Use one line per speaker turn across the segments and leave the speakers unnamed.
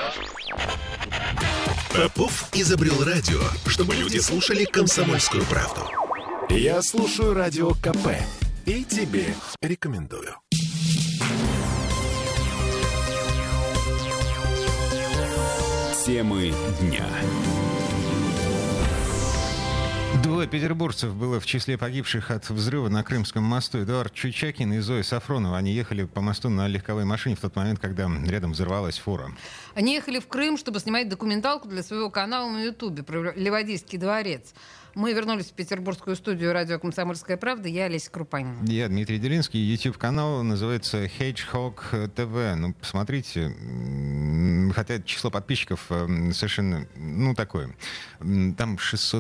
Попов изобрел радио, чтобы люди слушали «Комсомольскую правду». Я слушаю Радио КП и тебе рекомендую. Темы дня.
Двое петербуржцев было в числе погибших от взрыва на Крымском мосту. Эдуард Чучакин и Зоя Сафронова. Они ехали по мосту на легковой машине в тот момент, когда рядом взорвалась фура.
Они ехали в Крым, чтобы снимать документалку для своего канала на Ютубе про Ливадийский дворец. Мы вернулись в петербургскую студию радио «Комсомольская правда». Я Олеся Крупанина.
Я Дмитрий Делинский. YouTube-канал называется Hedgehog TV. Ну, посмотрите. Хотя число подписчиков совершенно, такое. Там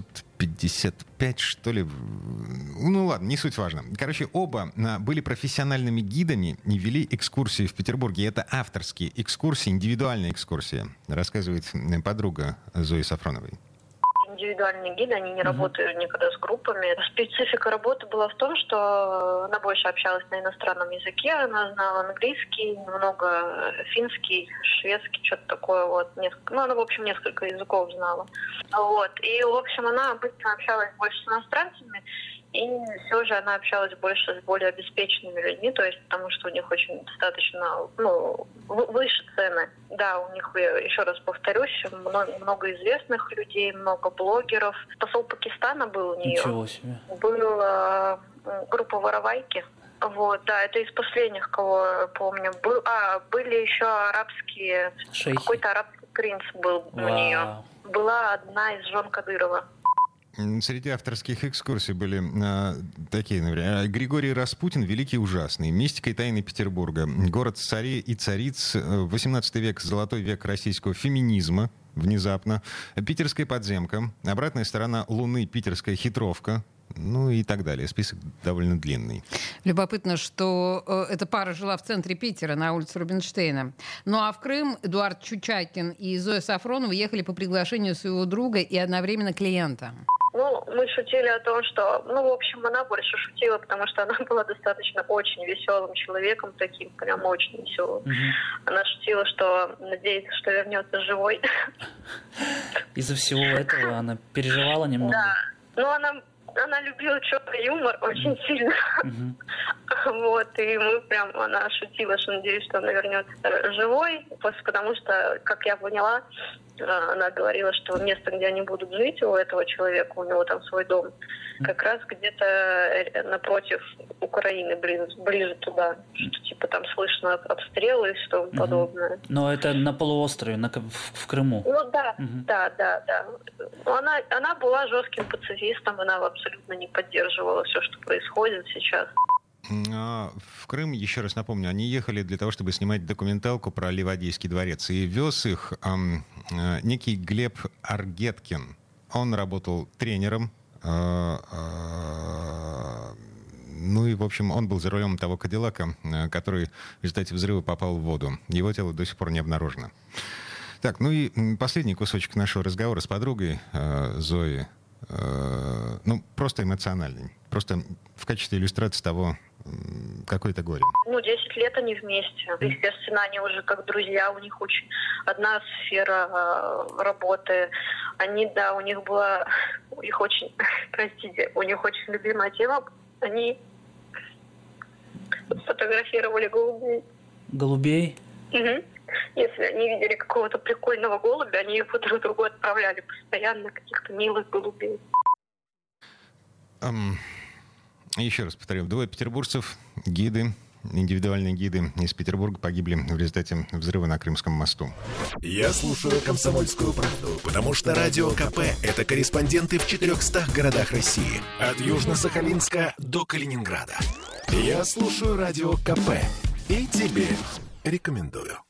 655, что ли. Ну, ладно, не суть важно. Короче, оба были профессиональными гидами и вели экскурсии в Петербурге. Это авторские экскурсии, индивидуальные экскурсии, рассказывает подруга Зои Сафроновой.
Индивидуальные гиды, они не работают никогда с группами. Специфика работы была в том, что она больше общалась на иностранном языке, она знала английский, много финский, шведский, что-то такое вот. Она, в общем, несколько языков знала. Вот. И, в общем, она обычно общалась больше с иностранцами, и все же она общалась больше с более обеспеченными людьми, то есть потому что у них очень достаточно, выше цены. Да, у них, еще раз повторюсь, много известных людей, много блогеров. Посол Пакистана был у нее.
Ничего себе.
Была группа «Воровайки». Вот, да, это из последних, кого я помню. Были еще арабские...
Шейхи.
Какой-то арабский принц был у нее. Была одна из жен Кадырова.
Среди авторских экскурсий были такие, например, Григорий Распутин, великий и ужасный, мистика и тайны Петербурга, город царей и цариц, 18 век, золотой век российского феминизма, внезапно, питерская подземка, обратная сторона Луны, питерская хитровка, ну и так далее. Список довольно длинный.
Любопытно, что эта пара жила в центре Питера, на улице Рубинштейна. Ну а в Крым Эдуард Чучакин и Зоя Сафронова ехали по приглашению своего друга и одновременно клиента.
Мы шутили о том, что, в общем, она больше шутила, потому что она была достаточно очень веселым человеком, таким прям очень веселым. Она шутила, что надеется, что вернется живой.
Из-за всего этого она переживала немного?
Да. Она любила черный юмор очень сильно. Вот, и она шутила, что надеюсь, что она вернется живой, потому что, как я поняла, она говорила, что место, где они будут жить, у этого человека, у него там свой дом, как раз где-то напротив Украины, ближе туда, что типа там слышно обстрелы и что подобное.
Но это на полуострове, в Крыму.
Да. Она была жестким пацифистом, она абсолютно не поддерживала все, что происходит сейчас.
В Крым, еще раз напомню, они ехали для того, чтобы снимать документалку про Ливадийский дворец. И вез их некий Глеб Аргеткин. Он работал тренером. Ну и, в общем, он был за рулем того Кадиллака, который в результате взрыва попал в воду. Его тело до сих пор не обнаружено. Так, ну и последний кусочек нашего разговора с подругой Зои. Просто эмоциональный. Просто в качестве иллюстрации того, какое это горе. 10 лет они вместе. Естественно, они уже как друзья. У них очень одна сфера работы. У них очень любимая тема. Они фотографировали голубей.
Голубей?
Угу. Если они видели какого-то прикольного голубя, они его друг другу отправляли постоянно, каких-то милых голубей.
Еще раз повторю. Двое петербуржцев, гиды, индивидуальные гиды из Петербурга погибли в результате взрыва на Крымском мосту.
Я слушаю «Комсомольскую правду», потому что Радио КП — это корреспонденты в 400 городах России. От Южно-Сахалинска до Калининграда. Я слушаю Радио КП и тебе рекомендую.